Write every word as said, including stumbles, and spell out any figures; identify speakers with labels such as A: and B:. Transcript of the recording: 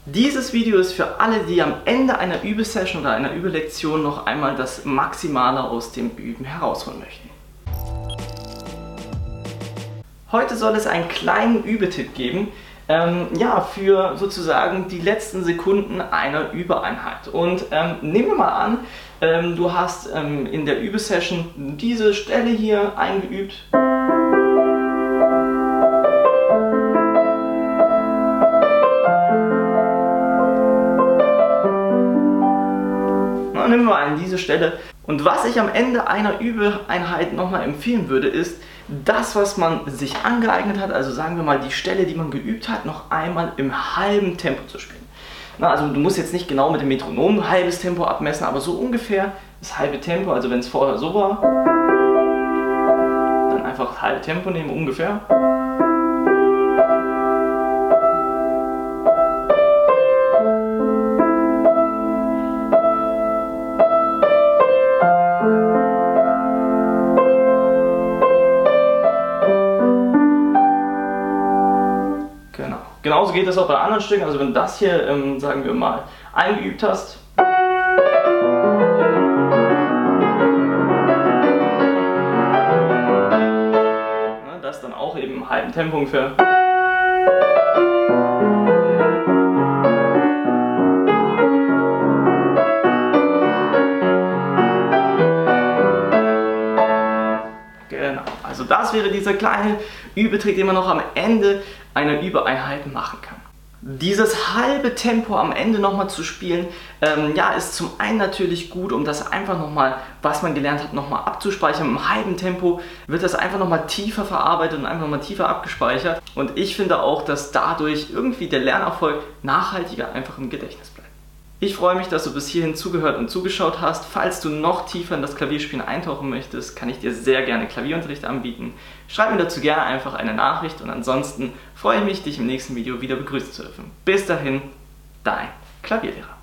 A: Dieses Video ist für alle, die am Ende einer Übesession oder einer Übelektion noch einmal das Maximale aus dem Üben herausholen möchten. Heute soll es einen kleinen Übetipp geben, ähm, ja, für sozusagen die letzten Sekunden einer Übeeinheit. Und ähm, nehmen wir mal an, ähm, du hast ähm, in der Übesession diese Stelle hier eingeübt. Nehmen wir an diese Stelle. Und was ich am Ende einer Übeeinheit nochmal empfehlen würde, ist, das, was man sich angeeignet hat, also sagen wir mal die Stelle, die man geübt hat, noch einmal im halben Tempo zu spielen. Na, also du musst jetzt nicht genau mit dem Metronom ein halbes Tempo abmessen, aber so ungefähr das halbe Tempo, also wenn es vorher so war, dann einfach das halbe Tempo nehmen, ungefähr. Genau. Genauso geht es auch bei anderen Stücken, also wenn du das hier, ähm, sagen wir mal, eingeübt hast. Ne, das dann auch eben im halben Tempo ungefähr. Genau, also das wäre dieser kleine Übetrick, den man noch am Ende einer Übeeinheit machen kann. Dieses halbe Tempo am Ende nochmal zu spielen, ähm, ja, ist zum einen natürlich gut, um das einfach nochmal, was man gelernt hat, nochmal abzuspeichern. Im halben Tempo wird das einfach nochmal tiefer verarbeitet und einfach nochmal tiefer abgespeichert. Und ich finde auch, dass dadurch irgendwie der Lernerfolg nachhaltiger einfach im Gedächtnis bleibt. Ich freue mich, dass du bis hierhin zugehört und zugeschaut hast. Falls du noch tiefer in das Klavierspielen eintauchen möchtest, kann ich dir sehr gerne Klavierunterricht anbieten. Schreib mir dazu gerne einfach eine Nachricht und ansonsten freue ich mich, dich im nächsten Video wieder begrüßen zu dürfen. Bis dahin, dein Klavierlehrer.